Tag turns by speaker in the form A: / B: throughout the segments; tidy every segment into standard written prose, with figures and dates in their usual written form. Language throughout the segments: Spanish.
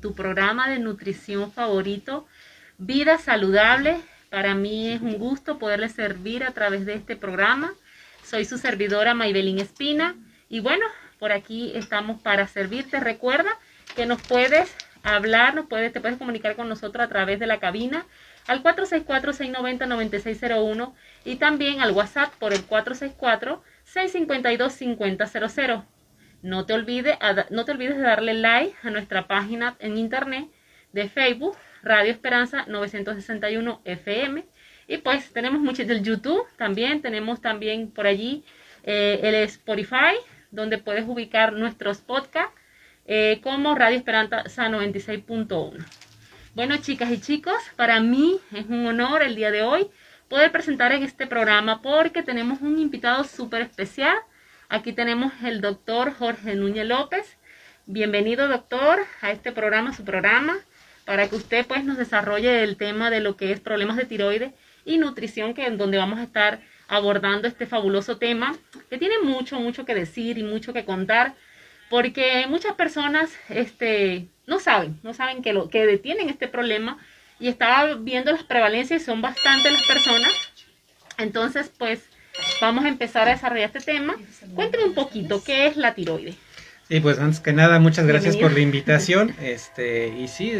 A: tu programa de nutrición favorito, Vida Saludable. Para mí es un gusto poderles servir a través de este programa. Soy su servidora Maybelline Espina y bueno, por aquí estamos para servirte. Recuerda que nos puedes hablar, te puedes comunicar con nosotros a través de la cabina al 464-690-9601 y también al WhatsApp por el 464-652-5000. No te olvides de darle like a nuestra página en internet de Facebook, Radio Esperanza 961 FM. Y pues tenemos mucho del YouTube también, tenemos también por allí el Spotify, donde puedes ubicar nuestros podcasts como Radio Esperanza 96.1. Bueno, chicas y chicos, para mí es un honor el día de hoy poder presentar en este programa porque tenemos un invitado súper especial. Aquí tenemos el doctor Jorge Núñez López. Bienvenido, doctor, a este programa, su programa, para que usted pues nos desarrolle el tema de lo que es problemas de tiroides y nutrición, que en donde vamos a estar abordando este fabuloso tema que tiene mucho que decir y mucho que contar, porque muchas personas no saben que tienen este problema, y estaba viendo las prevalencias y son bastantes las personas. Entonces pues vamos a empezar a desarrollar este tema. Cuénteme un poquito, ¿qué es la tiroides?
B: Sí, pues antes que nada, muchas gracias por la invitación. Y sí,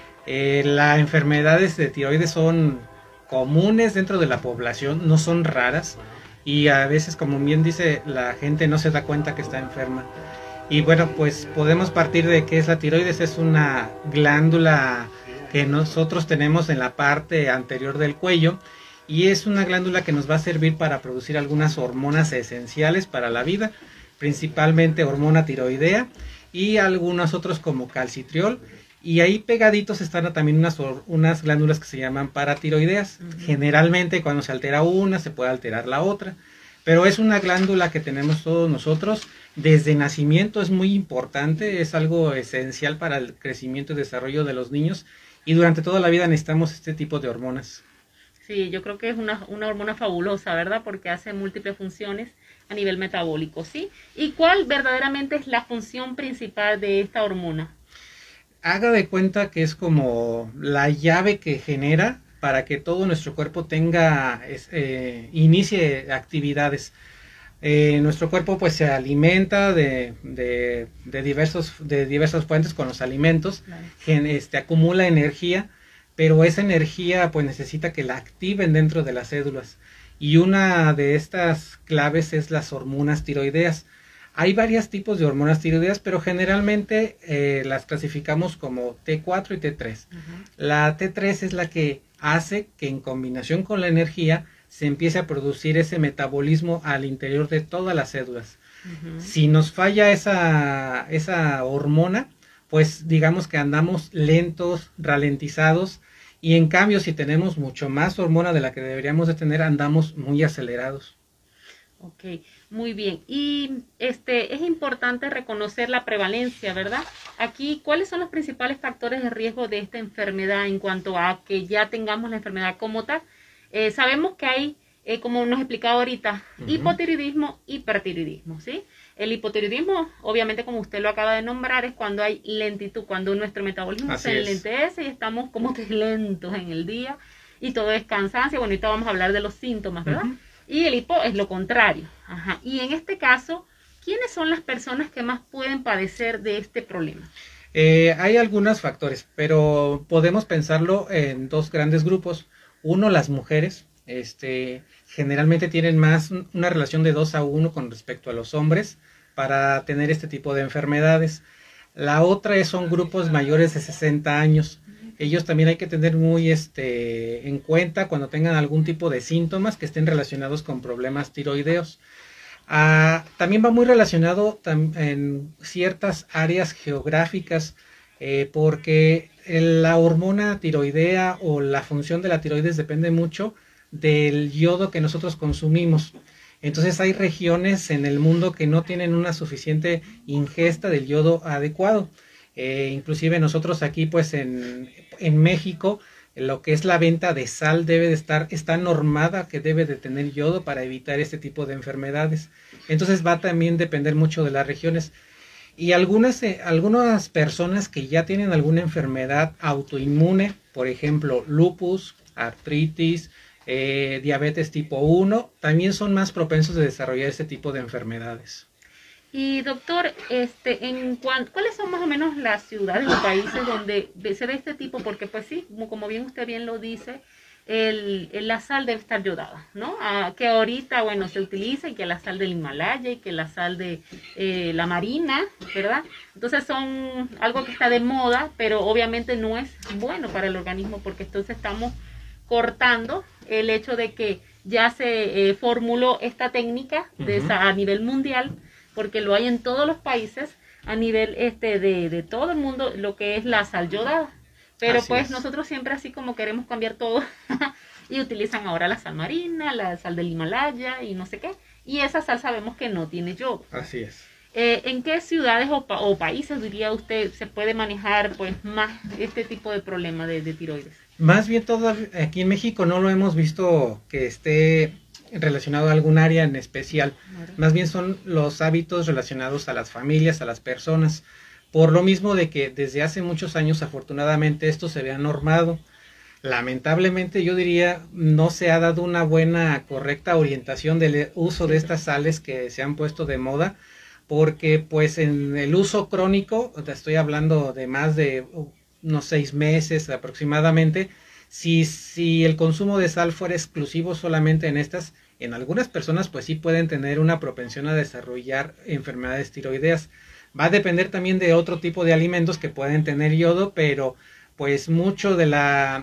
B: las enfermedades de tiroides son comunes dentro de la población, no son raras, y a veces, como bien dice, la gente no se da cuenta que está enferma. Y bueno, pues podemos partir de qué es la tiroides. Es una glándula que nosotros tenemos en la parte anterior del cuello, y es una glándula que nos va a servir para producir algunas hormonas esenciales para la vida, principalmente hormona tiroidea y algunos otros como calcitriol. Y ahí pegaditos están también unas glándulas que se llaman paratiroideas. Generalmente cuando se altera una, se puede alterar la otra, pero es una glándula que tenemos todos nosotros desde nacimiento. Es muy importante, es algo esencial para el crecimiento y desarrollo de los niños, y durante toda la vida necesitamos este tipo de hormonas.
A: Sí, yo creo que es una hormona fabulosa, ¿verdad? Porque hace múltiples funciones a nivel metabólico, ¿sí? ¿Y cuál verdaderamente es la función principal de esta hormona?
B: Haga de cuenta que es como la llave que genera para que todo nuestro cuerpo inicie actividades. Nuestro cuerpo pues se alimenta de diversas fuentes con los alimentos. Claro. Acumula energía, pero esa energía pues necesita que la activen dentro de las células, y una de estas claves es las hormonas tiroideas. Hay varios tipos de hormonas tiroideas, pero generalmente las clasificamos como T4 y T3. La T3 es la que hace que en combinación con la energía se empiece a producir ese metabolismo al interior de todas las células. Si nos falla esa hormona, pues digamos que andamos lentos, ralentizados, y en cambio si tenemos mucho más hormona de la que deberíamos de tener, andamos muy acelerados.
A: Ok, muy bien. Y es importante reconocer la prevalencia, ¿verdad? Aquí, ¿cuáles son los principales factores de riesgo de esta enfermedad en cuanto a que ya tengamos la enfermedad como tal? Sabemos que hay, como nos explicaba ahorita, hipotiroidismo, hipertiroidismo, ¿sí? El hipotiroidismo, obviamente, como usted lo acaba de nombrar, es cuando hay lentitud, cuando nuestro metabolismo se enlentece y estamos como que lentos en el día, y todo es cansancio. Bueno, ahorita vamos a hablar de los síntomas, ¿verdad? Y el hipo es lo contrario. Y en este caso, ¿quiénes son las personas que más pueden padecer de este problema?
B: Hay algunos factores, pero podemos pensarlo en dos grandes grupos. Uno, las mujeres, generalmente tienen más una relación de 2-1 con respecto a los hombres para tener este tipo de enfermedades. La otra son grupos mayores de 60 años. Ellos también hay que tener muy en cuenta cuando tengan algún tipo de síntomas que estén relacionados con problemas tiroideos. También va muy relacionado en ciertas áreas geográficas, porque la hormona tiroidea o la función de la tiroides depende mucho del yodo que nosotros consumimos. Entonces hay regiones en el mundo que no tienen una suficiente ingesta del yodo adecuado. Inclusive nosotros aquí pues en México, lo que es la venta de sal está normada que debe de tener yodo para evitar este tipo de enfermedades. Entonces va también a depender mucho de las regiones. Y algunas personas que ya tienen alguna enfermedad autoinmune, por ejemplo, lupus, artritis, diabetes tipo 1, también son más propensos de desarrollar este tipo de enfermedades.
A: Y doctor, ¿cuáles son más o menos las ciudades o países donde se ve este tipo? Porque pues sí, como bien usted bien lo dice, la sal debe estar yodada, ¿no? Que ahorita, bueno, se utiliza y que la sal del Himalaya y que la sal de la marina, ¿verdad? Entonces son algo que está de moda, pero obviamente no es bueno para el organismo porque entonces estamos cortando el hecho de que ya se formuló esta técnica a nivel mundial, porque lo hay en todos los países a nivel de todo el mundo, lo que es la sal yodada. Pero así pues es. Nosotros siempre así como queremos cambiar todo y utilizan ahora la sal marina, la sal del Himalaya y no sé qué. Y esa sal sabemos que no tiene yodo.
B: Así es.
A: ¿En qué ciudades o países diría usted se puede manejar pues más este tipo de problema de tiroides?
B: Más bien todo aquí en México no lo hemos visto que esté relacionado a algún área en especial. Más bien son los hábitos relacionados a las familias, a las personas. Por lo mismo de que desde hace muchos años, afortunadamente, esto se había normado. Lamentablemente, yo diría, no se ha dado una buena, correcta orientación del uso de estas sales que se han puesto de moda, porque pues en el uso crónico, te estoy hablando de más de unos 6 meses aproximadamente, si el consumo de sal fuera exclusivo solamente en estas, en algunas personas pues sí pueden tener una propensión a desarrollar enfermedades tiroideas. Va a depender también de otro tipo de alimentos que pueden tener yodo, pero pues mucho de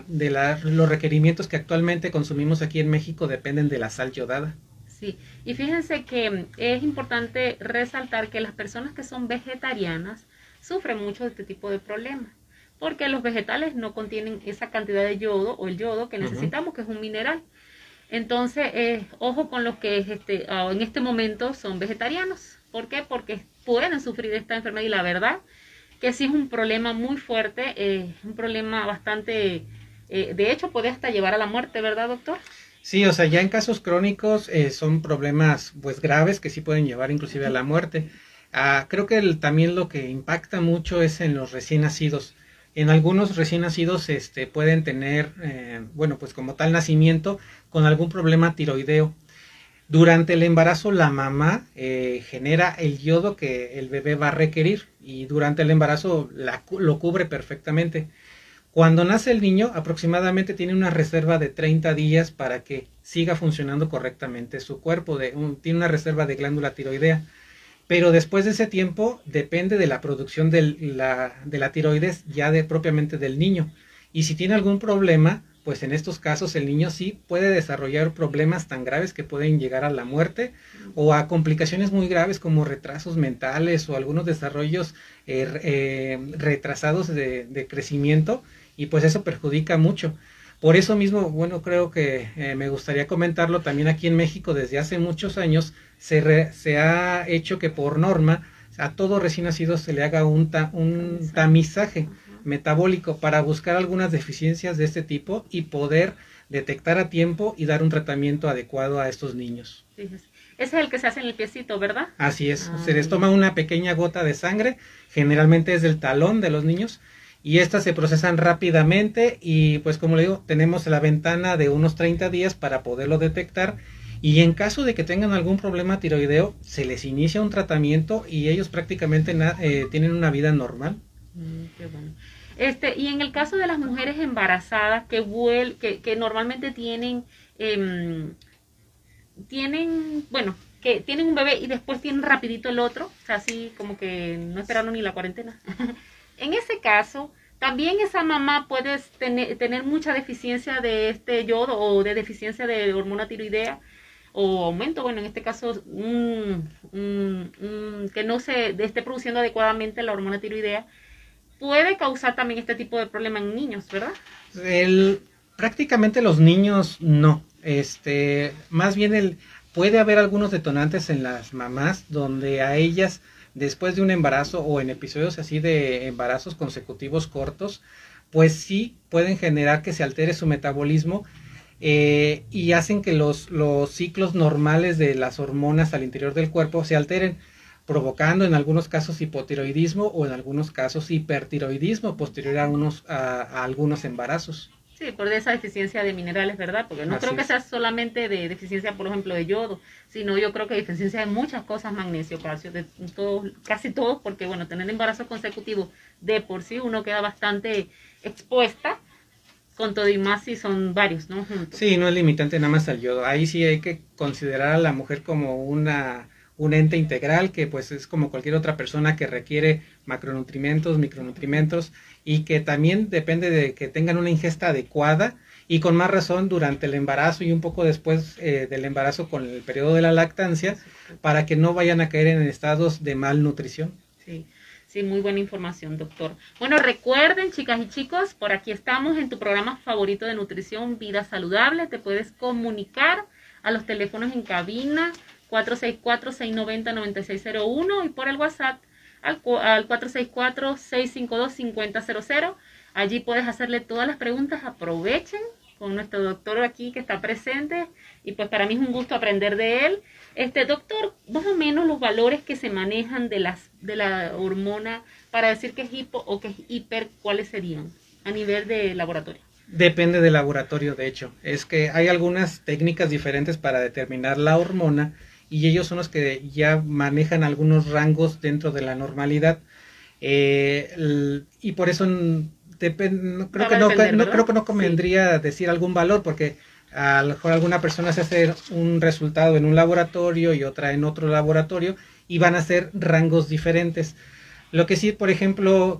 B: los requerimientos que actualmente consumimos aquí en México dependen de la sal yodada.
A: Sí, y fíjense que es importante resaltar que las personas que son vegetarianas sufren mucho de este tipo de problemas, porque los vegetales no contienen esa cantidad de yodo o el yodo que necesitamos, que es un mineral. Entonces, ojo con los que en este momento son vegetarianos. ¿Por qué? Porque pueden sufrir esta enfermedad y la verdad que sí es un problema muy fuerte, un problema bastante, de hecho puede hasta llevar a la muerte, ¿verdad, doctor?
B: Sí, o sea, ya en casos crónicos son problemas pues graves que sí pueden llevar inclusive a la muerte. Creo que también lo que impacta mucho es en los recién nacidos. En algunos recién nacidos pueden tener, bueno, pues como tal nacimiento con algún problema tiroideo. Durante el embarazo la mamá genera el yodo que el bebé va a requerir y durante el embarazo lo cubre perfectamente. Cuando nace el niño aproximadamente tiene una reserva de 30 días para que siga funcionando correctamente su cuerpo, tiene una reserva de glándula tiroidea. Pero después de ese tiempo depende de la producción de la tiroides ya propiamente del niño. Y si tiene algún problema, pues en estos casos el niño sí puede desarrollar problemas tan graves que pueden llegar a la muerte o a complicaciones muy graves como retrasos mentales o algunos desarrollos retrasados de crecimiento y pues eso perjudica mucho. Por eso mismo, bueno, creo que me gustaría comentarlo también aquí en México desde hace muchos años se ha hecho que por norma a todo recién nacido se le haga un tamizaje metabólico para buscar algunas deficiencias de este tipo y poder detectar a tiempo y dar un tratamiento adecuado a estos niños.
A: Ese es el que se hace en el piecito, ¿verdad?
B: Así es, se les toma una pequeña gota de sangre, generalmente es del talón de los niños, y estas se procesan rápidamente y pues como le digo, tenemos la ventana de unos 30 días para poderlo detectar y en caso de que tengan algún problema tiroideo, se les inicia un tratamiento y ellos prácticamente tienen una vida normal.
A: Qué bueno. Y en el caso de las mujeres embarazadas que normalmente tienen, bueno, que tienen un bebé y después tienen rapidito el otro, o sea, así como que no esperaron ni la cuarentena. En ese caso, también esa mamá puede tener mucha deficiencia de este yodo o de deficiencia de hormona tiroidea o aumento, bueno, en este caso, que no se esté produciendo adecuadamente la hormona tiroidea, puede causar también este tipo de problema en niños, ¿verdad?
B: Prácticamente los niños no. Más bien puede haber algunos detonantes en las mamás donde a ellas después de un embarazo o en episodios así de embarazos consecutivos cortos, pues sí pueden generar que se altere su metabolismo y hacen que los ciclos normales de las hormonas al interior del cuerpo se alteren. provocando en algunos casos hipotiroidismo o en algunos casos hipertiroidismo posterior a algunos embarazos.
A: Sí, por esa deficiencia de minerales, ¿verdad? Porque no
B: Así
A: creo que
B: es.
A: sea solamente de deficiencia, por ejemplo, de yodo, sino yo creo que deficiencia de muchas cosas, magnesio, calcio, de todos, casi todos, porque bueno, tener embarazo consecutivo de por sí uno queda bastante expuesta, con todo y más si son varios, ¿no? Juntos.
B: Sí, no es limitante nada más al yodo. Ahí sí hay que considerar a la mujer como un ente integral que pues es como cualquier otra persona que requiere macronutrimentos, micronutrimentos y que también depende de que tengan una ingesta adecuada y con más razón durante el embarazo y un poco después del embarazo con el periodo de la lactancia para que no vayan a caer en estados de malnutrición.
A: Sí. Sí, muy buena información, doctor. Bueno, recuerden, chicas y chicos, por aquí estamos en tu programa favorito de nutrición, Vida Saludable. Te puedes comunicar a los teléfonos en cabina 464-690-9601 y por el WhatsApp al 464-652-5000. Allí puedes hacerle todas las preguntas. Aprovechen con nuestro doctor aquí que está presente y pues para mí es un gusto aprender de él. Doctor, más o menos los valores que se manejan de la hormona para decir que es hipo o que es hiper, ¿cuáles serían a nivel de laboratorio?
B: Depende del laboratorio, de hecho. Es que hay algunas técnicas diferentes para determinar la hormona y ellos son los que ya manejan algunos rangos dentro de la normalidad. Y por eso creo que no convendría decir algún valor porque a lo mejor alguna persona se hace un resultado en un laboratorio y otra en otro laboratorio y van a ser rangos diferentes. Lo que sí, por ejemplo,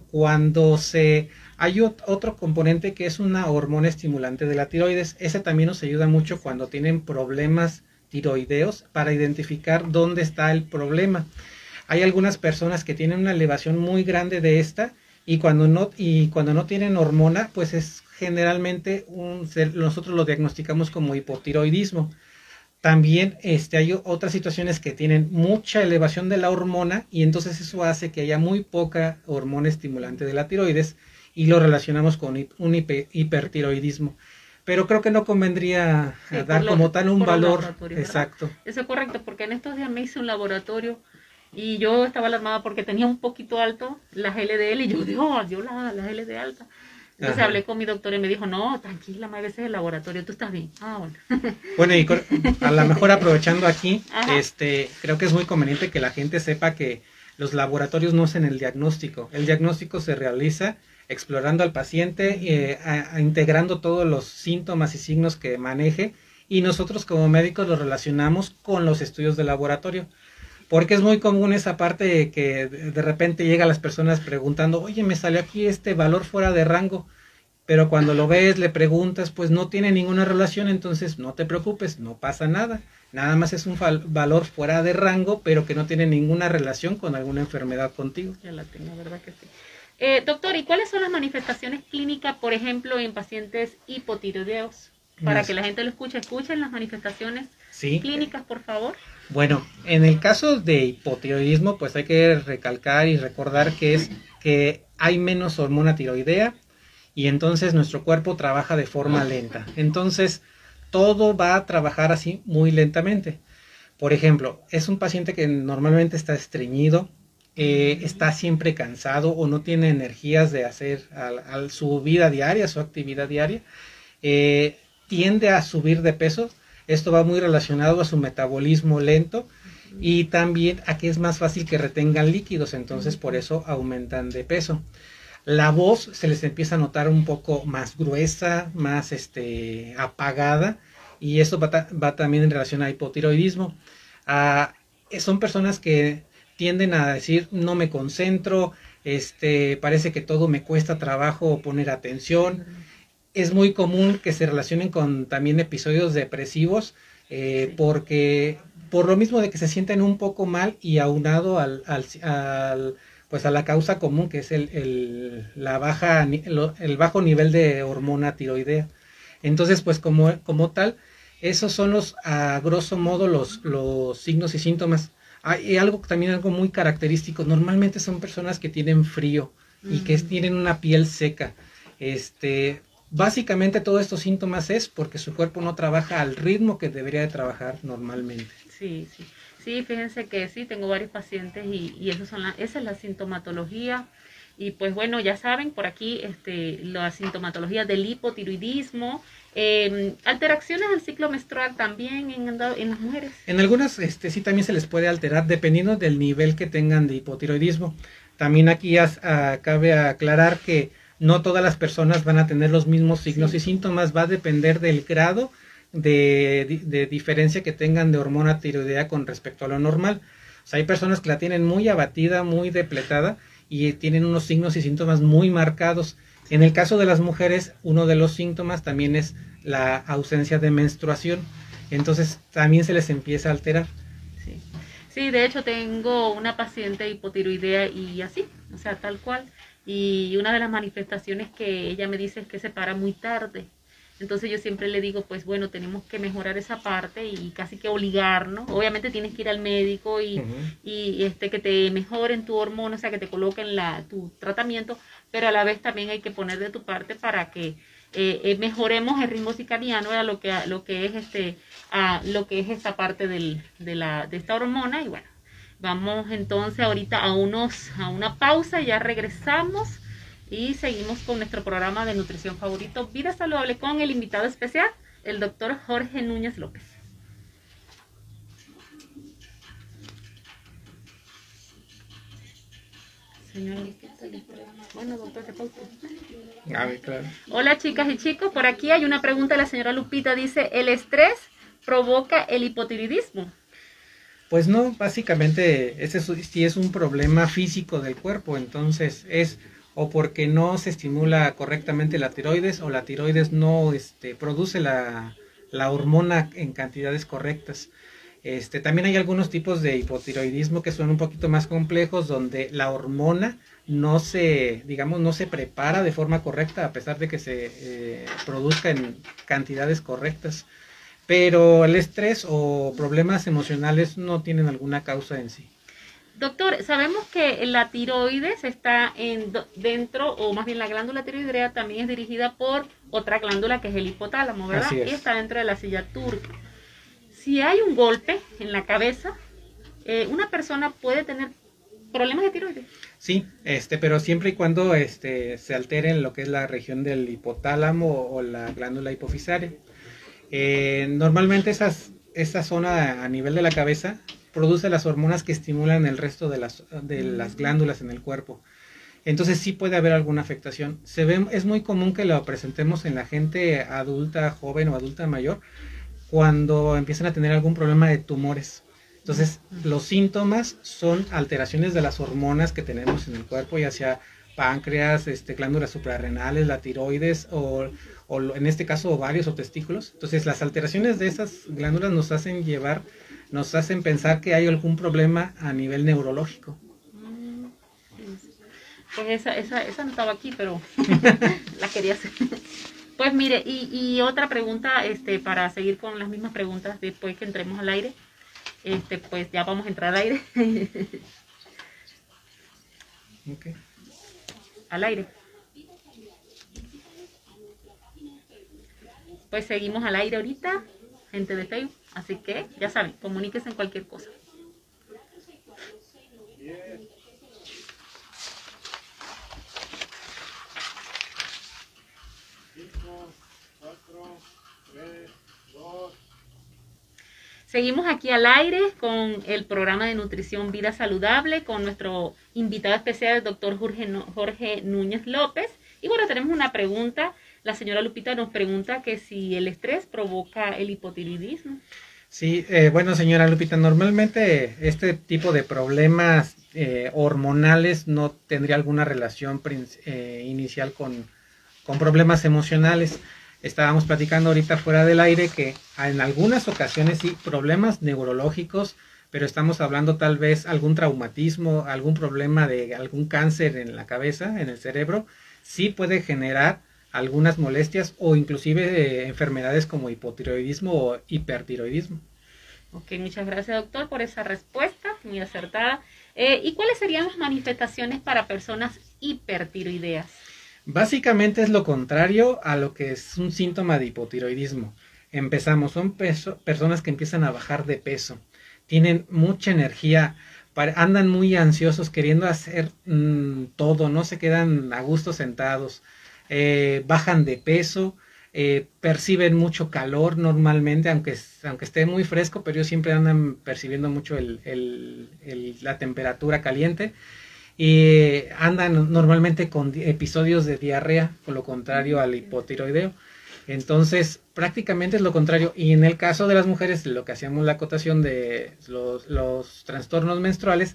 B: hay otro componente que es una hormona estimulante de la tiroides, ese también nos ayuda mucho cuando tienen problemas tiroideos para identificar dónde está el problema. Hay algunas personas que tienen una elevación muy grande de esta y cuando no tienen hormona, pues es generalmente nosotros lo diagnosticamos como hipotiroidismo. También hay otras situaciones que tienen mucha elevación de la hormona y entonces eso hace que haya muy poca hormona estimulante de la tiroides y lo relacionamos con un hipertiroidismo. Pero creo que no convendría dar como tal un valor exacto.
A: Eso es correcto, porque en estos días me hice un laboratorio y yo estaba alarmada porque tenía un poquito alto las LDL y yo digo, yo las LDL alta. Entonces hablé con mi doctor y me dijo, no, tranquila, a veces el laboratorio, tú estás bien. Ah, bueno.
B: Bueno, y a lo mejor aprovechando aquí, creo que es muy conveniente que la gente sepa que los laboratorios no hacen el diagnóstico. El diagnóstico se realiza explorando al paciente, integrando todos los síntomas y signos que maneje y nosotros como médicos los relacionamos con los estudios de laboratorio. Porque es muy común esa parte que de repente llega a las personas preguntando, oye, me salió aquí este valor fuera de rango, pero cuando lo ves, le preguntas, pues no tiene ninguna relación, entonces no te preocupes, no pasa nada. Nada más es un valor fuera de rango, pero que no tiene ninguna relación con alguna enfermedad contigo.
A: Ya la tengo, ¿verdad que sí? Doctor, ¿y cuáles son las manifestaciones clínicas, por ejemplo, en pacientes hipotiroideos? Para que la gente lo escuchen las manifestaciones clínicas, por favor.
B: Bueno, en el caso de hipotiroidismo, pues hay que recalcar y recordar que hay menos hormona tiroidea y entonces nuestro cuerpo trabaja de forma lenta. Entonces, todo va a trabajar así muy lentamente. Por ejemplo, es un paciente que normalmente está estreñido, está siempre cansado o no tiene energías de hacer su vida diaria, su actividad diaria, tiende a subir de peso. Esto va muy relacionado a su metabolismo lento y también a que es más fácil que retengan líquidos, entonces por eso aumentan de peso. La voz se les empieza a notar un poco más gruesa, más apagada y eso va también en relación a hipotiroidismo. Son personas que tienden a decir no me concentro, parece que todo me cuesta trabajo poner atención. Es muy común que se relacionen con también episodios depresivos porque por lo mismo de que se sienten un poco mal y aunado pues a la causa común que es el bajo nivel de hormona tiroidea. Entonces pues como tal, esos son a grosso modo los signos y síntomas. Hay algo muy característico, normalmente son personas que tienen frío y que tienen una piel seca. Básicamente todos estos síntomas es porque su cuerpo no trabaja al ritmo que debería de trabajar normalmente.
A: Sí, sí. Sí, fíjense que sí, tengo varios pacientes y esa es la sintomatología. Y pues bueno, ya saben, por aquí la sintomatología del hipotiroidismo, alteraciones del ciclo menstrual también en las mujeres.
B: En algunas sí también se les puede alterar dependiendo del nivel que tengan de hipotiroidismo. También aquí cabe aclarar que no todas las personas van a tener los mismos signos y síntomas, va a depender del grado de diferencia que tengan de hormona tiroidea con respecto a lo normal. O sea, hay personas que la tienen muy abatida, muy depletada y tienen unos signos y síntomas muy marcados. En el caso de las mujeres, uno de los síntomas también es la ausencia de menstruación. Entonces también se les empieza a alterar.
A: Sí. Sí, de hecho tengo una paciente hipotiroidea y así, o sea, tal cual. Y una de las manifestaciones que ella me dice es que se para muy tarde. Entonces yo siempre le digo, pues bueno, tenemos que mejorar esa parte y casi que obligarnos. Obviamente tienes que ir al médico y que te mejoren tu hormona, o sea, que te coloquen tu tratamiento, pero a la vez también hay que poner de tu parte para que mejoremos el ritmo circadiano, a lo que es esta parte de esta hormona. Y bueno, vamos entonces ahorita a una pausa y ya regresamos y seguimos con nuestro programa de nutrición favorito, Vida Saludable, con el invitado especial, el doctor Jorge Núñez López. Bueno, doctor, ¿qué pausa?
B: Claro.
A: Hola chicas y chicos, por aquí hay una pregunta de la señora Lupita, dice, ¿el estrés provoca el hipotiroidismo?
B: Pues no, básicamente ese sí es un problema físico del cuerpo, entonces es o porque no se estimula correctamente la tiroides o la tiroides no produce la hormona en cantidades correctas. También hay algunos tipos de hipotiroidismo que son un poquito más complejos, donde la hormona no se prepara de forma correcta a pesar de que se produzca en cantidades correctas. Pero el estrés o problemas emocionales no tienen alguna causa en sí.
A: Doctor, sabemos que la tiroides está dentro, o más bien la glándula tiroidea también es dirigida por otra glándula que es el hipotálamo, ¿verdad?
B: Así es.
A: Y está dentro de la silla turca. Si hay un golpe en la cabeza, una persona puede tener problemas de tiroides.
B: Sí, pero siempre y cuando se altere en lo que es la región del hipotálamo o la glándula hipofisaria. Normalmente esa zona a nivel de la cabeza produce las hormonas que estimulan el resto de las glándulas en el cuerpo. Entonces sí puede haber alguna afectación. Es muy común que lo presentemos en la gente adulta, joven o adulta mayor, cuando empiezan a tener algún problema de tumores. Entonces los síntomas son alteraciones de las hormonas que tenemos en el cuerpo, ya sea páncreas, glándulas suprarrenales, la tiroides o en este caso ovarios o testículos. Entonces las alteraciones de esas glándulas nos hacen pensar que hay algún problema a nivel neurológico.
A: Pues esa no estaba aquí, pero la quería hacer. Pues mire, y otra pregunta, para seguir con las mismas preguntas después que entremos al aire, pues ya vamos a entrar al aire.
B: Okay.
A: Al aire. Pues seguimos al aire ahorita, gente de Facebook, así que ya saben, comuníquense en cualquier cosa. Seguimos aquí al aire con el programa de nutrición Vida Saludable con nuestro invitado especial, el doctor Jorge Núñez López. Y bueno, tenemos una pregunta. La señora Lupita nos pregunta que si el estrés provoca el hipotiroidismo.
B: Sí, bueno, señora Lupita, normalmente este tipo de problemas hormonales no tendría alguna relación inicial con problemas emocionales. Estábamos platicando ahorita fuera del aire que en algunas ocasiones sí, problemas neurológicos, pero estamos hablando tal vez algún traumatismo, algún problema de algún cáncer en la cabeza, en el cerebro, sí puede generar algunas molestias o inclusive enfermedades como hipotiroidismo o hipertiroidismo.
A: Ok, muchas gracias doctor por esa respuesta, muy acertada. ¿Y cuáles serían las manifestaciones para personas hipertiroideas?
B: Básicamente es lo contrario a lo que es un síntoma de hipotiroidismo. Empezamos, son personas que empiezan a bajar de peso, tienen mucha energía, andan muy ansiosos queriendo hacer todo, no se quedan a gusto sentados, bajan de peso, perciben mucho calor normalmente, aunque esté muy fresco, pero ellos siempre andan percibiendo mucho la temperatura caliente y andan normalmente con episodios de diarrea, por lo contrario al hipotiroideo. Entonces, prácticamente es lo contrario. Y en el caso de las mujeres, lo que hacíamos la acotación de los trastornos menstruales,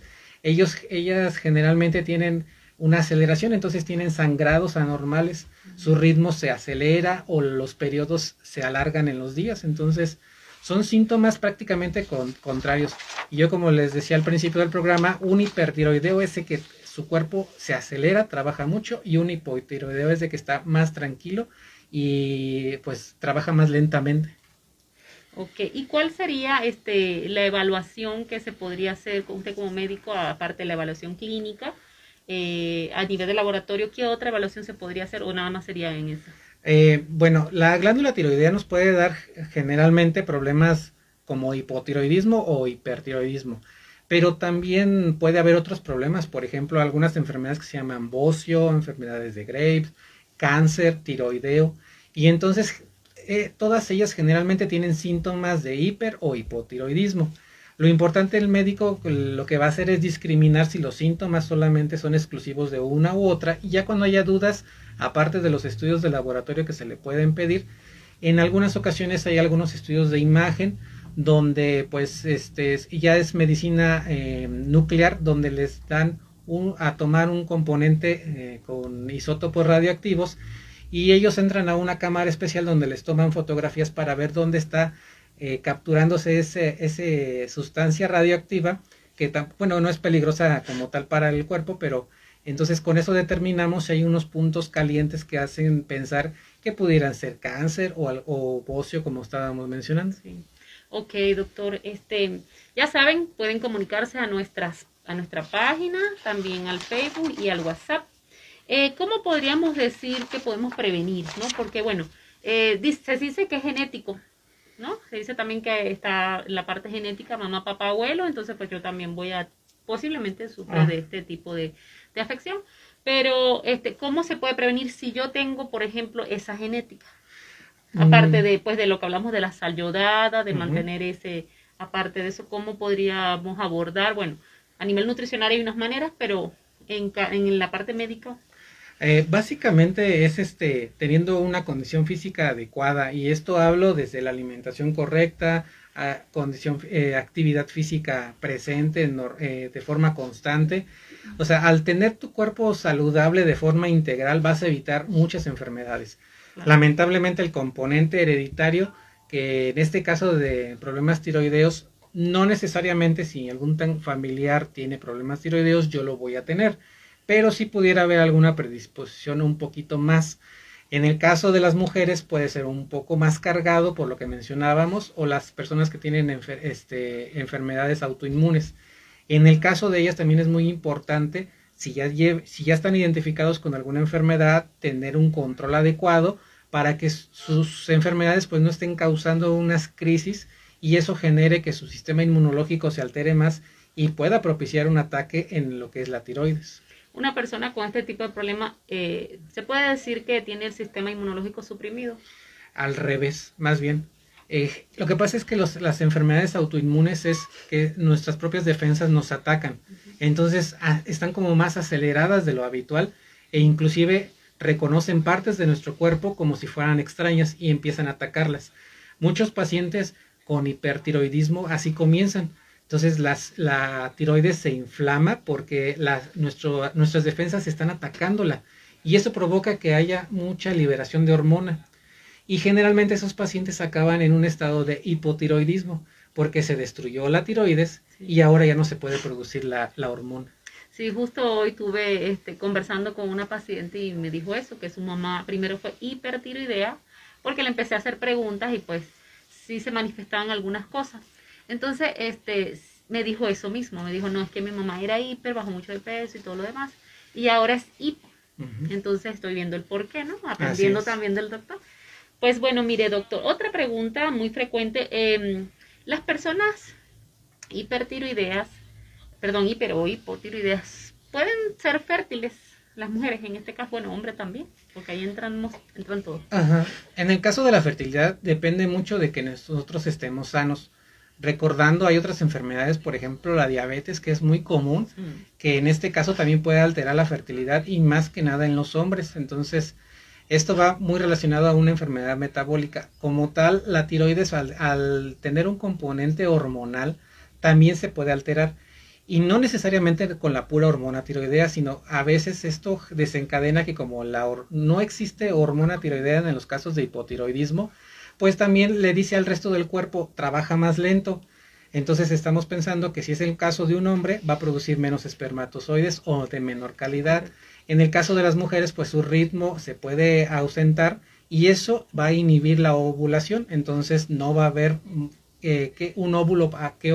B: ellas generalmente tienen una aceleración, entonces tienen sangrados anormales, su ritmo se acelera o los periodos se alargan en los días. Entonces, son síntomas prácticamente contrarios. Y yo, como les decía al principio del programa, un hipertiroideo es de que su cuerpo se acelera, trabaja mucho, y un hipotiroideo es de que está más tranquilo y pues trabaja más lentamente.
A: Ok, ¿y cuál sería la evaluación que se podría hacer con usted como médico, aparte de la evaluación clínica, a nivel de laboratorio? ¿Qué otra evaluación se podría hacer o nada más sería en esa?
B: Bueno, la glándula tiroidea nos puede dar generalmente problemas como hipotiroidismo o hipertiroidismo, pero también puede haber otros problemas, por ejemplo, algunas enfermedades que se llaman bocio, enfermedades de Graves, cáncer, tiroideo, y entonces todas ellas generalmente tienen síntomas de hiper o hipotiroidismo. Lo importante del médico lo que va a hacer es discriminar si los síntomas solamente son exclusivos de una u otra, y ya cuando haya dudas, aparte de los estudios de laboratorio que se le pueden pedir, en algunas ocasiones hay algunos estudios de imagen donde pues ya es medicina nuclear, donde les dan a tomar un componente con isótopos radioactivos, y ellos entran a una cámara especial donde les toman fotografías para ver dónde está capturándose ese sustancia radioactiva que bueno, no es peligrosa como tal para el cuerpo, pero entonces con eso determinamos si hay unos puntos calientes que hacen pensar que pudieran ser cáncer o bocio, como estábamos mencionando.
A: Sí. Ok, doctor, ya saben, pueden comunicarse a nuestra página, también al Facebook y al WhatsApp. ¿Cómo podríamos decir que podemos prevenir, no? Porque, bueno, se dice que es genético, ¿no? Se dice también que está la parte genética, mamá, papá, abuelo, entonces pues yo también posiblemente sufrir de este tipo de afección. Pero, ¿cómo se puede prevenir si yo tengo, por ejemplo, esa genética? Aparte de, pues, de lo que hablamos de la sal yodada, de mantener aparte de eso, ¿cómo podríamos abordar? Bueno, a nivel nutricional hay unas maneras, pero en la parte médica.
B: Básicamente es teniendo una condición física adecuada, y esto hablo desde la alimentación correcta, actividad física presente de forma constante. O sea, al tener tu cuerpo saludable de forma integral vas a evitar muchas enfermedades. Claro. Lamentablemente el componente hereditario, que en este caso de problemas tiroideos, no necesariamente si algún familiar tiene problemas tiroideos yo lo voy a tener, pero sí pudiera haber alguna predisposición un poquito más. En el caso de las mujeres puede ser un poco más cargado por lo que mencionábamos, o las personas que tienen enfermedades autoinmunes. En el caso de ellas también es muy importante, si ya están identificados con alguna enfermedad, tener un control adecuado para que sus enfermedades pues no estén causando unas crisis y eso genere que su sistema inmunológico se altere más y pueda propiciar un ataque en lo que es la tiroides.
A: Una persona con este tipo de problema, ¿se puede decir que tiene el sistema inmunológico suprimido?
B: Al revés, más bien. Lo que pasa es que las enfermedades autoinmunes es que nuestras propias defensas nos atacan. Entonces están como más aceleradas de lo habitual e inclusive reconocen partes de nuestro cuerpo como si fueran extrañas y empiezan a atacarlas. Muchos pacientes con hipertiroidismo así comienzan. Entonces la tiroides se inflama porque nuestras defensas están atacándola y eso provoca que haya mucha liberación de hormona. Y generalmente esos pacientes acaban en un estado de hipotiroidismo porque se destruyó la tiroides y ahora ya no se puede producir la hormona.
A: Sí, justo hoy estuve conversando con una paciente y me dijo eso, que su mamá primero fue hipertiroidea porque le empecé a hacer preguntas y pues sí se manifestaban algunas cosas. Entonces, me dijo eso mismo, me dijo, no, es que mi mamá era hiper, bajó mucho de peso y todo lo demás, y ahora es hipo. Entonces estoy viendo el por qué, ¿no? Aprendiendo también del doctor. Pues bueno, mire, doctor, otra pregunta muy frecuente. Las personas hipertiroideas, perdón, hiper o hipotiroideas, ¿pueden ser fértiles? Las mujeres, en este caso, bueno, hombre también, porque ahí entran todos.
B: Ajá. En el caso de la fertilidad depende mucho de que nosotros estemos sanos. Recordando, hay otras enfermedades, por ejemplo, la diabetes, que es muy común, que en este caso también puede alterar la fertilidad y más que nada en los hombres. Entonces, esto va muy relacionado a una enfermedad metabólica. Como tal, la tiroides, al tener un componente hormonal, también se puede alterar. Y no necesariamente con la pura hormona tiroidea, sino a veces esto desencadena que como no existe hormona tiroidea en los casos de hipotiroidismo, pues también le dice al resto del cuerpo, trabaja más lento. Entonces estamos pensando que si es el caso de un hombre, va a producir menos espermatozoides o de menor calidad. En el caso de las mujeres, pues su ritmo se puede ausentar y eso va a inhibir la ovulación. Entonces no va a haber que un óvulo,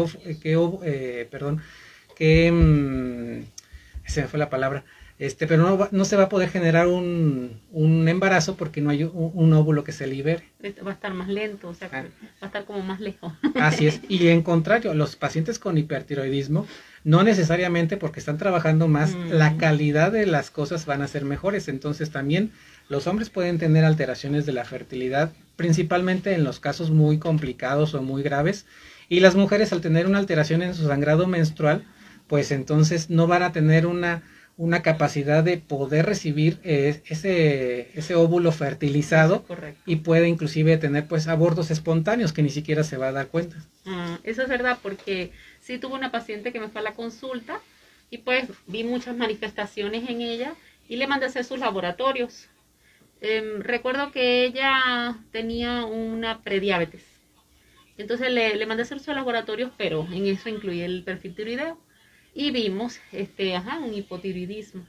B: se me fue la palabra, pero no se va a poder generar un embarazo porque no hay un óvulo que se libere.
A: Va a estar más lento, o sea, va a estar como más lejos.
B: Así es, y en contrario, los pacientes con hipertiroidismo, no necesariamente porque están trabajando más, la calidad de las cosas van a ser mejores. Entonces también los hombres pueden tener alteraciones de la fertilidad, principalmente en los casos muy complicados o muy graves, y las mujeres al tener una alteración en su sangrado menstrual, pues entonces no van a tener una capacidad de poder recibir ese óvulo fertilizado.
A: Correcto.
B: Y puede inclusive tener pues abortos espontáneos que ni siquiera se va a dar cuenta.
A: Eso es verdad, porque sí tuve una paciente que me fue a la consulta y pues vi muchas manifestaciones en ella y le mandé a hacer sus laboratorios. Recuerdo que ella tenía una prediabetes. Entonces le mandé a hacer sus laboratorios, pero en eso incluye el perfil tiroideo. Y vimos un hipotiroidismo.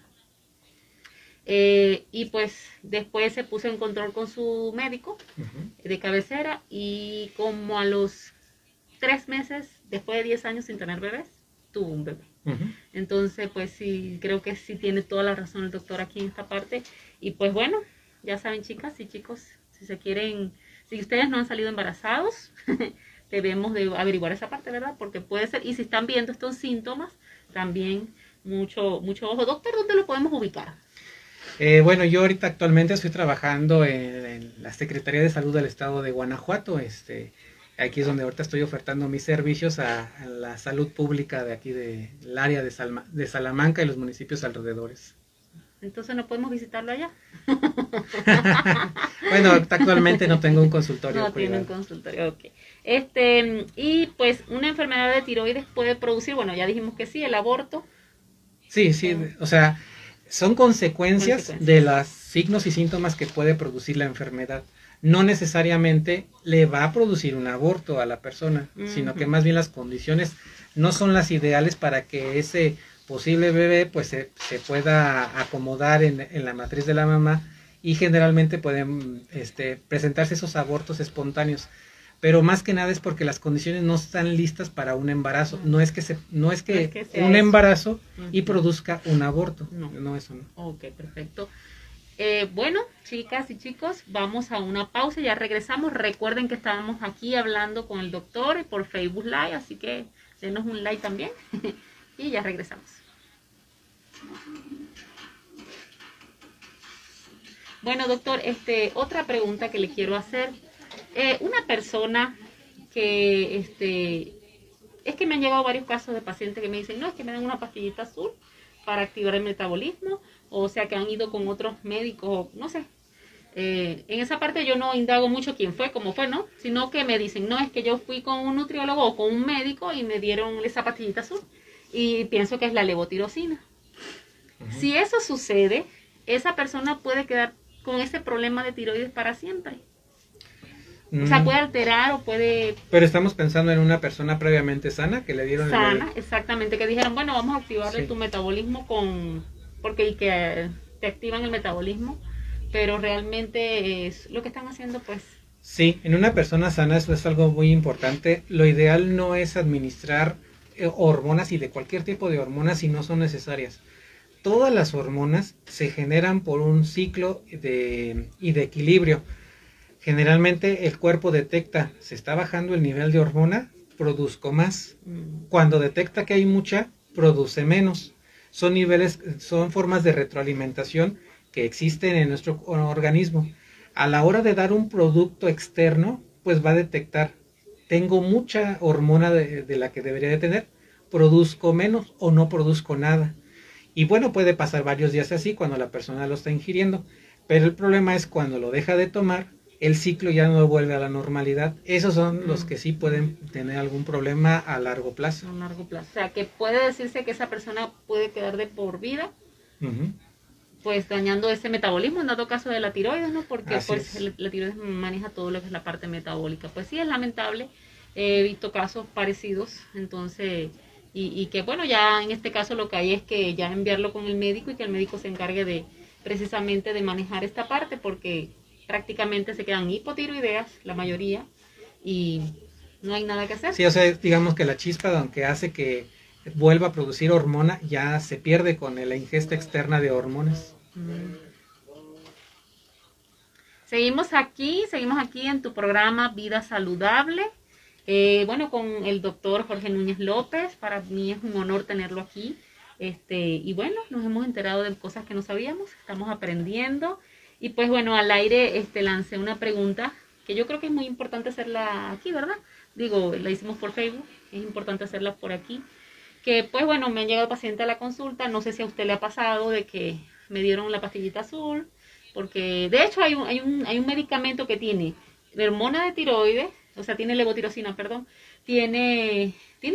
A: Y pues después se puso en control con su médico de cabecera y como a los 3 meses, después de 10 años sin tener bebés, tuvo un bebé. Entonces, pues sí, creo que sí tiene toda la razón el doctor aquí en esta parte. Y pues bueno, ya saben, chicas y chicos, si ustedes no han salido embarazados, debemos de averiguar esa parte, ¿verdad? Porque puede ser, y si están viendo estos síntomas, también mucho ojo. Doctor, ¿dónde lo podemos ubicar?
B: Bueno, yo ahorita actualmente estoy trabajando en la Secretaría de Salud del Estado de Guanajuato. Aquí es donde ahorita estoy ofertando mis servicios a la salud pública de aquí del área de Salamanca y los municipios alrededores.
A: Entonces no podemos visitarlo allá.
B: Bueno, actualmente no tengo un consultorio.
A: No tiene un consultorio, ok. Y pues una enfermedad de tiroides puede producir, bueno, ya dijimos que sí, el aborto.
B: Sí, o sea, son consecuencias de los signos y síntomas que puede producir la enfermedad. No necesariamente le va a producir un aborto a la persona, sino que más bien las condiciones no son las ideales para que ese posible bebé pues se pueda acomodar en la matriz de la mamá y generalmente pueden presentarse esos abortos espontáneos. Pero más que nada es porque las condiciones no están listas para un embarazo. No es que sea un embarazo y produzca un aborto. No, eso no.
A: Ok, perfecto. Bueno, chicas y chicos, vamos a una pausa y ya regresamos. Recuerden que estábamos aquí hablando con el doctor por Facebook Live, así que denos un like también y ya regresamos. Bueno, doctor, otra pregunta que le quiero hacer. Una persona que, es que me han llegado varios casos de pacientes que me dicen, no, es que me dan una pastillita azul para activar el metabolismo, o sea que han ido con otros médicos, no sé. En esa parte yo no indago mucho quién fue, cómo fue, ¿no? Sino que me dicen, no, es que yo fui con un nutriólogo o con un médico y me dieron esa pastillita azul y pienso que es la levotirosina. Si eso sucede, esa persona puede quedar con ese problema de tiroides para siempre. O sea, puede alterar o puede...
B: Pero estamos pensando en una persona previamente sana que le dieron...
A: Sana, exactamente, que dijeron, bueno, vamos a activarle tu metabolismo porque que te activan el metabolismo, pero realmente es lo que están haciendo, pues...
B: Sí, en una persona sana eso es algo muy importante. Lo ideal no es administrar hormonas y de cualquier tipo de hormonas si no son necesarias. todas las hormonas se generan por un ciclo y de equilibrio. Generalmente el cuerpo detecta, se está bajando el nivel de hormona, produzco más. Cuando detecta que hay mucha, produce menos. Son niveles, son formas de retroalimentación que existen en nuestro organismo. A la hora de dar un producto externo, pues va a detectar, tengo mucha hormona de la que debería de tener, produzco menos o no produzco nada. Y bueno, puede pasar varios días así cuando la persona lo está ingiriendo, pero el problema es cuando lo deja de tomar, el ciclo ya no vuelve a la normalidad. Esos son los que sí pueden tener algún problema a largo plazo.
A: A largo plazo. O sea, que puede decirse que esa persona puede quedar de por vida, pues dañando ese metabolismo, en dado caso de la tiroides, ¿no? Porque
B: Así
A: pues
B: es.
A: la tiroides maneja todo lo que es la parte metabólica. Pues sí, es lamentable. He visto casos parecidos, entonces, y que bueno, ya en este caso lo que hay es que ya enviarlo con el médico y que el médico se encargue de precisamente de manejar esta parte, porque prácticamente se quedan hipotiroideas, la mayoría, y no hay nada que hacer.
B: Sí, o sea, digamos que la chispa, aunque hace que vuelva a producir hormona, ya se pierde con la ingesta externa de hormonas.
A: Seguimos aquí en tu programa Vida Saludable. Bueno, con el doctor Jorge Núñez López. Para mí es un honor tenerlo aquí. Y bueno, nos hemos enterado de cosas que no sabíamos, estamos aprendiendo. Y pues bueno, al aire lancé una pregunta que yo creo que es muy importante hacerla aquí, ¿verdad? Digo, la hicimos por Facebook, es importante hacerla por aquí. Que pues bueno, me han llegado pacientes a la consulta, no sé si a usted le ha pasado de que me dieron la pastillita azul, porque de hecho hay un medicamento que tiene hormona de tiroides, o sea, tiene levotirosina, perdón, tiene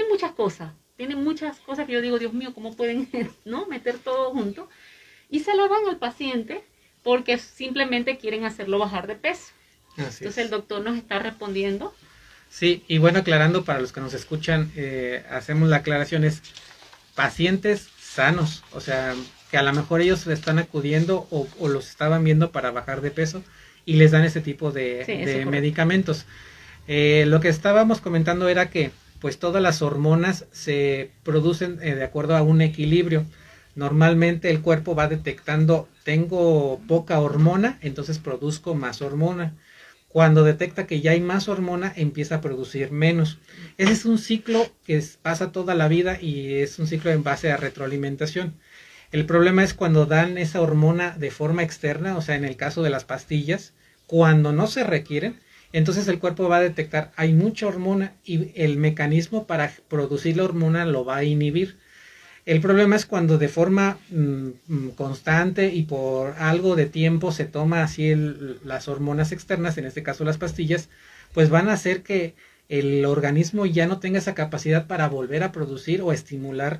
A: muchas cosas que yo digo, Dios mío, ¿cómo pueden no meter todo junto? Y se lo dan al paciente porque simplemente quieren hacerlo bajar de peso.
B: Así
A: Entonces
B: es.
A: el doctor nos está respondiendo.
B: Sí, y bueno, aclarando para los que nos escuchan, hacemos la aclaración, es pacientes sanos, o sea, que a lo mejor ellos están acudiendo o los estaban viendo para bajar de peso y les dan ese tipo de medicamentos. Lo que estábamos comentando era que pues todas las hormonas se producen de acuerdo a un equilibrio. Normalmente el cuerpo va detectando, tengo poca hormona, entonces produzco más hormona. Cuando detecta que ya hay más hormona, empieza a producir menos. Ese es un ciclo que pasa toda la vida y es un ciclo en base a retroalimentación. El problema es cuando dan esa hormona de forma externa, o sea, en el caso de las pastillas, cuando no se requieren, entonces el cuerpo va a detectar hay mucha hormona y el mecanismo para producir la hormona lo va a inhibir. El problema es cuando de forma constante y por algo de tiempo se toma así las hormonas externas, en este caso las pastillas, pues van a hacer que el organismo ya no tenga esa capacidad para volver a producir o estimular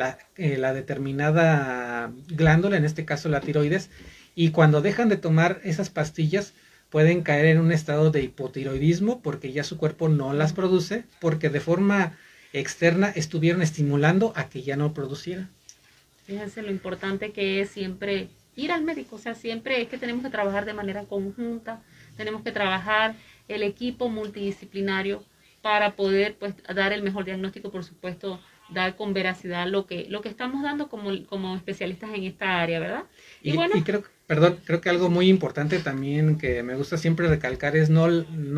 B: la determinada glándula, en este caso la tiroides, y cuando dejan de tomar esas pastillas pueden caer en un estado de hipotiroidismo porque ya su cuerpo no las produce, porque de forma externa estuvieron estimulando a que ya no produciera.
A: Fíjense lo importante que es siempre ir al médico, o sea, siempre es que tenemos que trabajar de manera conjunta, tenemos que trabajar el equipo multidisciplinario para poder pues dar el mejor diagnóstico, por supuesto, dar con veracidad lo que estamos dando como especialistas en esta área, ¿verdad?
B: Y bueno, creo que algo muy importante también que me gusta siempre recalcar es no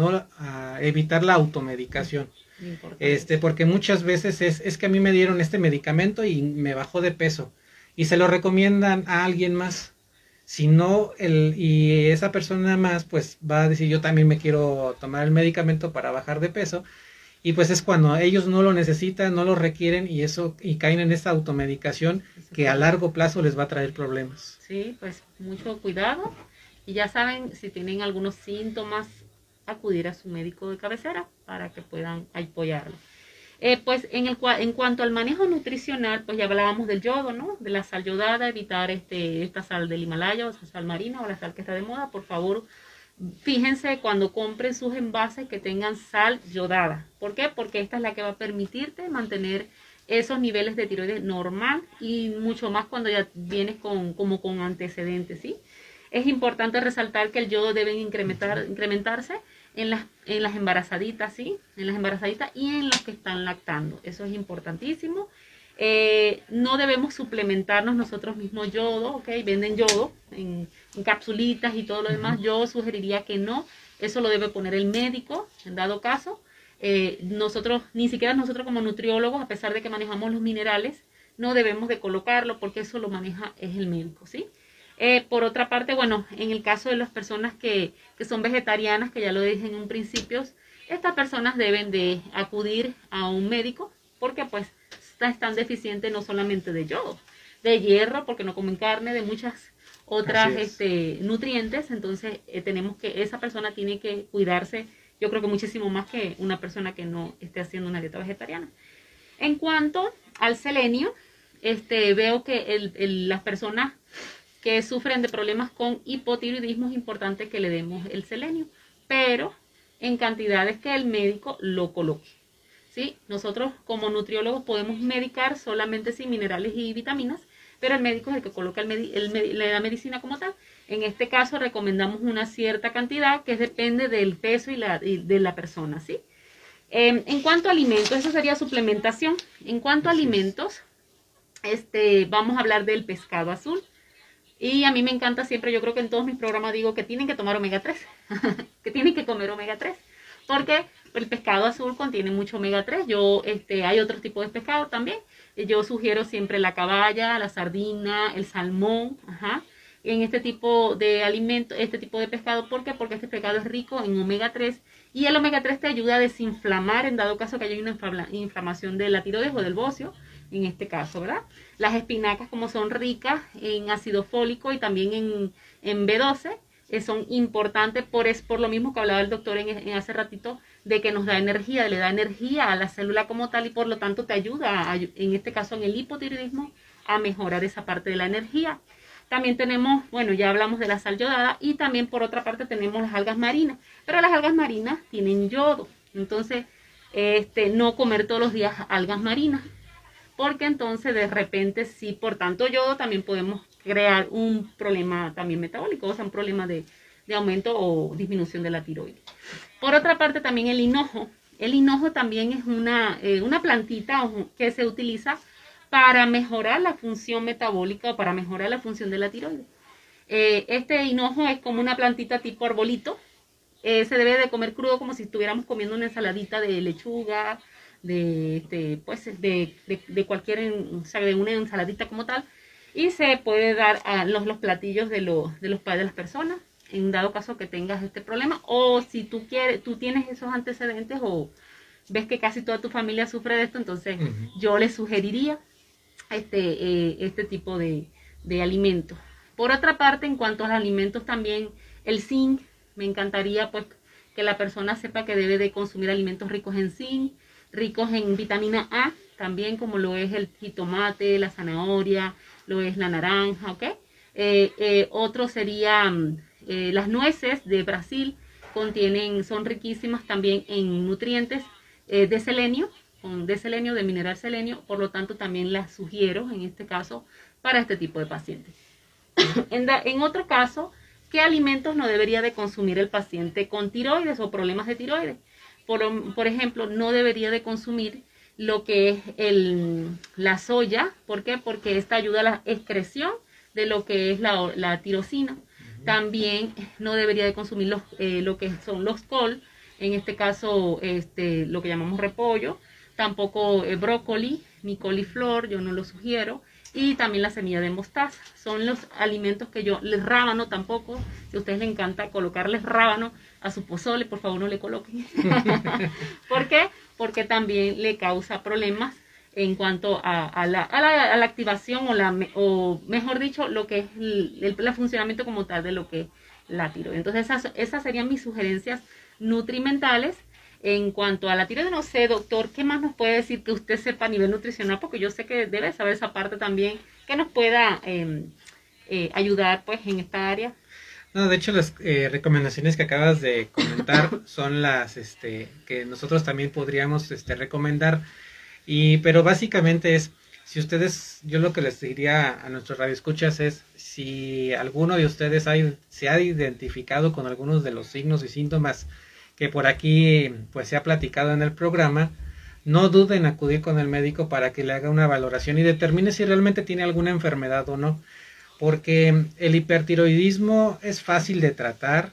B: evitar la automedicación. Porque muchas veces es que a mí me dieron este medicamento y me bajó de peso y se lo recomiendan a alguien más. Si no, y esa persona más pues va a decir yo también me quiero tomar el medicamento para bajar de peso, y pues es cuando ellos no lo necesitan, no lo requieren y caen en esta automedicación que a largo plazo les va a traer problemas.
A: Sí, pues mucho cuidado y ya saben, si tienen algunos síntomas, acudir a su médico de cabecera para que puedan apoyarlo. Pues en cuanto al manejo nutricional, pues ya hablábamos del yodo, ¿no? De la sal yodada, evitar esta sal del Himalaya o esa sal marina o la sal que está de moda. Por favor, fíjense cuando compren sus envases que tengan sal yodada. ¿Por qué? Porque esta es la que va a permitirte mantener esos niveles de tiroides normal y mucho más cuando ya vienes como con antecedentes, ¿sí? Es importante resaltar que el yodo debe incrementarse en las embarazaditas, ¿sí? En las embarazaditas y en las que están lactando. Eso es importantísimo. No debemos suplementarnos nosotros mismos yodo, ¿ok? Venden yodo en capsulitas y todo lo demás. Yo sugeriría que no. Eso lo debe poner el médico, en dado caso. Nosotros, ni siquiera nosotros como nutriólogos, a pesar de que manejamos los minerales, no debemos de colocarlo porque eso lo maneja es el médico, ¿sí? Por otra parte, bueno, en el caso de las personas que son vegetarianas, que ya lo dije en un principio, estas personas deben de acudir a un médico porque pues están deficientes no solamente de yodo, de hierro, porque no comen carne, de muchas otras nutrientes. Entonces tenemos que, esa persona tiene que cuidarse, yo creo que muchísimo más que una persona que no esté haciendo una dieta vegetariana. En cuanto al selenio, veo que las personas que sufren de problemas con hipotiroidismo es importante que le demos el selenio, pero en cantidades que el médico lo coloque. ¿Sí? Nosotros como nutriólogos podemos medicar solamente sin minerales y vitaminas, pero el médico es el que coloca la medicina como tal. En este caso recomendamos una cierta cantidad que depende del peso y de la persona, ¿sí? En cuanto a alimentos, eso sería suplementación. En cuanto a alimentos, vamos a hablar del pescado azul. Y a mí me encanta siempre, yo creo que en todos mis programas digo que tienen que tomar omega 3, que tienen que comer omega 3, porque el pescado azul contiene mucho omega 3. Hay otros tipos de pescado también. Yo sugiero siempre la caballa, la sardina, el salmón, en este tipo de alimento, este tipo de pescado. ¿Por qué? Porque este pescado es rico en omega 3 y el omega 3 te ayuda a desinflamar en dado caso que haya una inflamación de la tiroides o del bocio, en este caso, ¿verdad? Las espinacas, como son ricas en ácido fólico y también en B12, son importantes por lo mismo que hablaba el doctor en hace ratito, de que nos da energía, le da energía a la célula como tal y por lo tanto te ayuda, en este caso en el hipotiroidismo, a mejorar esa parte de la energía. También tenemos, bueno, ya hablamos de la sal yodada y también por otra parte tenemos las algas marinas, pero las algas marinas tienen yodo, entonces no comer todos los días algas marinas, porque entonces de repente si por tanto yodo también podemos crear un problema también metabólico, o sea, un problema de aumento o disminución de la tiroides. Por otra parte también el hinojo también es una plantita que se utiliza para mejorar la función metabólica o para mejorar la función de la tiroides. Este hinojo es como una plantita tipo arbolito, se debe de comer crudo como si estuviéramos comiendo una ensaladita de lechuga, de cualquier, o sea, de una ensaladita como tal, y se puede dar a los platillos de los padres de las personas, en dado caso que tengas este problema, o si tú tienes esos antecedentes o ves que casi toda tu familia sufre de esto, entonces yo les sugeriría este tipo de alimentos. Por otra parte, en cuanto a los alimentos también, el zinc, me encantaría pues que la persona sepa que debe de consumir alimentos ricos en zinc, ricos en vitamina A, también como lo es el jitomate, la zanahoria, lo es la naranja, ¿ok? Otro sería las nueces de Brasil, son riquísimas también en nutrientes de selenio, de mineral selenio, por lo tanto también las sugiero en este caso para este tipo de pacientes. En otro caso, ¿qué alimentos no debería de consumir el paciente con tiroides o problemas de tiroides? Por ejemplo, no debería de consumir lo que es la soya. ¿Por qué? Porque esta ayuda a la excreción de lo que es la tirosina. También no debería de consumir lo que son los col, en este caso lo que llamamos repollo, tampoco brócoli ni coliflor, yo no lo sugiero, y también la semilla de mostaza. Son los alimentos que el rábano tampoco, si a ustedes les encanta colocarles rábano a su pozole, por favor no le coloquen. ¿Por qué? Porque también le causa problemas en cuanto a la activación o mejor dicho, lo que es el funcionamiento como tal de lo que es la tiroides. Entonces esas serían mis sugerencias nutrimentales. En cuanto a la tiroides, no sé, doctor, ¿qué más nos puede decir que usted sepa a nivel nutricional? Porque yo sé que debe saber esa parte también, que nos pueda ayudar pues en esta área.
B: No, de hecho las recomendaciones que acabas de comentar son las que nosotros también podríamos recomendar, pero básicamente es, si ustedes, yo lo que les diría a nuestros radioescuchas es, si alguno de ustedes se ha identificado con algunos de los signos y síntomas que por aquí pues se ha platicado en el programa, no duden en acudir con el médico para que le haga una valoración y determine si realmente tiene alguna enfermedad o no, porque el hipertiroidismo es fácil de tratar,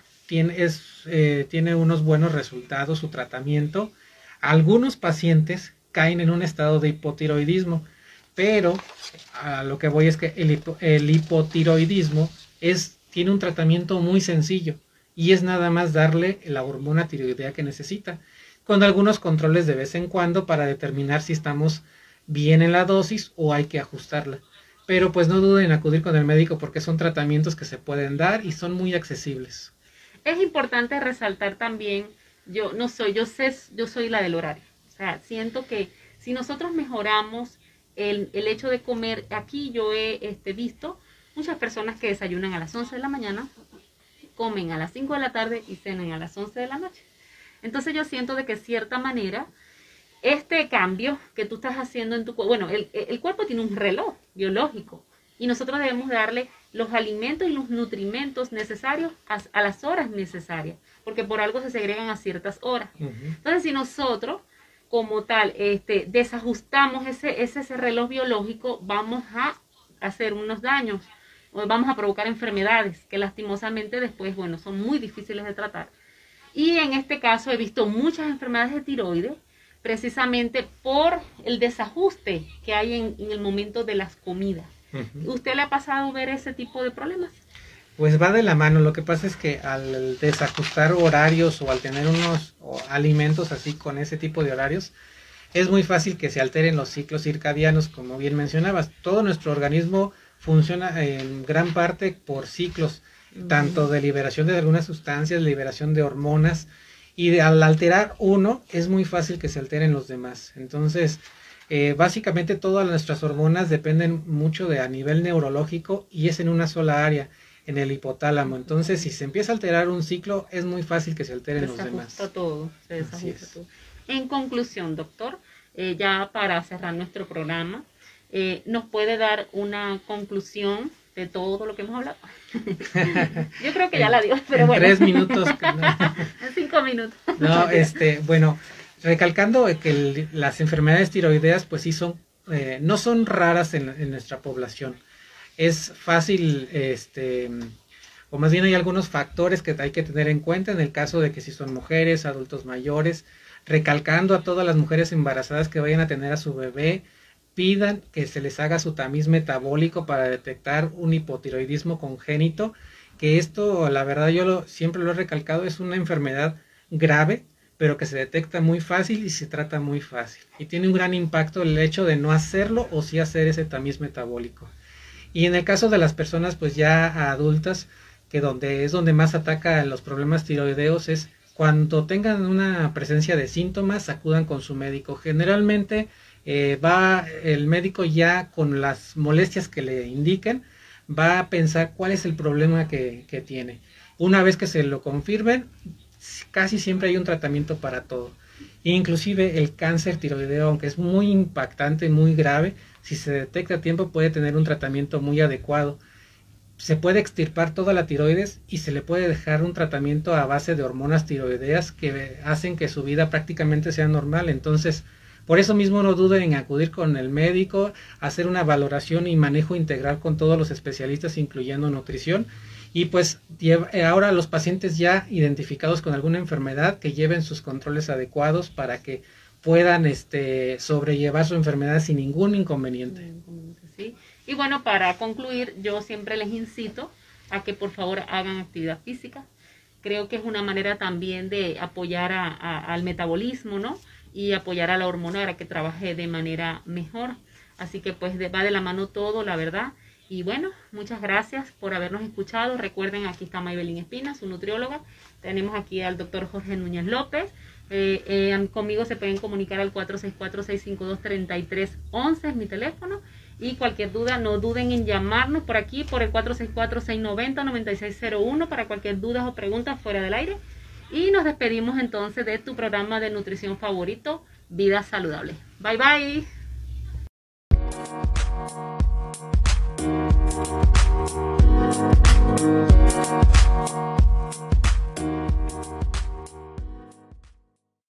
B: tiene unos buenos resultados su tratamiento. Algunos pacientes caen en un estado de hipotiroidismo, pero a lo que voy es que el hipotiroidismo tiene un tratamiento muy sencillo y es nada más darle la hormona tiroidea que necesita, con algunos controles de vez en cuando para determinar si estamos bien en la dosis o hay que ajustarla. Pero pues no duden en acudir con el médico porque son tratamientos que se pueden dar y son muy accesibles.
A: Es importante resaltar también, yo soy la del horario. O sea, siento que si nosotros mejoramos el hecho de comer, aquí yo he visto muchas personas que desayunan a las 11 de la mañana, comen a las 5 de la tarde y cenan a las 11 de la noche. Entonces yo siento de que de cierta manera este cambio que tú estás haciendo en tu cuerpo, bueno, el cuerpo tiene un reloj biológico y nosotros debemos darle los alimentos y los nutrimentos necesarios a las horas necesarias, porque por algo se segregan a ciertas horas. Entonces, si nosotros como tal desajustamos ese reloj biológico, vamos a hacer unos daños, o vamos a provocar enfermedades que lastimosamente después, bueno, son muy difíciles de tratar. Y en este caso he visto muchas enfermedades de tiroides precisamente por el desajuste que hay en el momento de las comidas. ¿Usted le ha pasado ver ese tipo de problemas?
B: Pues va de la mano. Lo que pasa es que al desajustar horarios o al tener unos alimentos así con ese tipo de horarios, es muy fácil que se alteren los ciclos circadianos, como bien mencionabas. Todo nuestro organismo funciona en gran parte por ciclos, tanto de liberación de algunas sustancias, liberación de hormonas, y al alterar uno es muy fácil que se alteren los demás. Entonces, básicamente todas nuestras hormonas dependen mucho a nivel neurológico y es en una sola área, en el hipotálamo. Entonces, si se empieza a alterar un ciclo, es muy fácil que se alteren los demás.
A: Se desajusta todo. En conclusión, doctor, ya para cerrar nuestro programa, ¿nos puede dar una conclusión de todo lo que hemos hablado? Yo creo que ya la dio, pero bueno.
B: 3 minutos.
A: En 5 minutos.
B: No, bueno, recalcando que las enfermedades tiroideas, pues sí no son raras en nuestra población. Es fácil, o más bien hay algunos factores que hay que tener en cuenta en el caso de que si son mujeres, adultos mayores, recalcando a todas las mujeres embarazadas que vayan a tener a su bebé, pidan que se les haga su tamiz metabólico para detectar un hipotiroidismo congénito, que esto, la verdad, siempre lo he recalcado, es una enfermedad grave, pero que se detecta muy fácil y se trata muy fácil. Y tiene un gran impacto el hecho de no hacerlo o sí hacer ese tamiz metabólico. Y en el caso de las personas pues ya adultas, que donde más ataca los problemas tiroideos, es cuando tengan una presencia de síntomas, acudan con su médico. Generalmente va el médico ya con las molestias que le indiquen, va a pensar cuál es el problema que tiene. Una vez que se lo confirmen, casi siempre hay un tratamiento para todo. Inclusive el cáncer tiroideo, aunque es muy impactante, muy grave, si se detecta a tiempo puede tener un tratamiento muy adecuado. Se puede extirpar toda la tiroides y se le puede dejar un tratamiento a base de hormonas tiroideas que hacen que su vida prácticamente sea normal. Entonces, por eso mismo no duden en acudir con el médico, hacer una valoración y manejo integral con todos los especialistas, incluyendo nutrición. Y pues ahora los pacientes ya identificados con alguna enfermedad que lleven sus controles adecuados para que puedan sobrellevar su enfermedad sin ningún inconveniente.
A: Sí. Y bueno, para concluir, yo siempre les incito a que por favor hagan actividad física. Creo que es una manera también de apoyar al metabolismo, ¿no? Y apoyar a la hormona para que trabaje de manera mejor. Así que pues va de la mano todo, la verdad. Y bueno, muchas gracias por habernos escuchado. Recuerden, aquí está Maybelline Espina, su nutrióloga. Tenemos aquí al doctor Jorge Núñez López. Conmigo se pueden comunicar al 464-652-3311, es mi teléfono. Y cualquier duda, no duden en llamarnos por aquí, por el 464-690-9601, para cualquier duda o pregunta fuera del aire. Y nos despedimos entonces de tu programa de nutrición favorito, Vida Saludable. Bye, bye.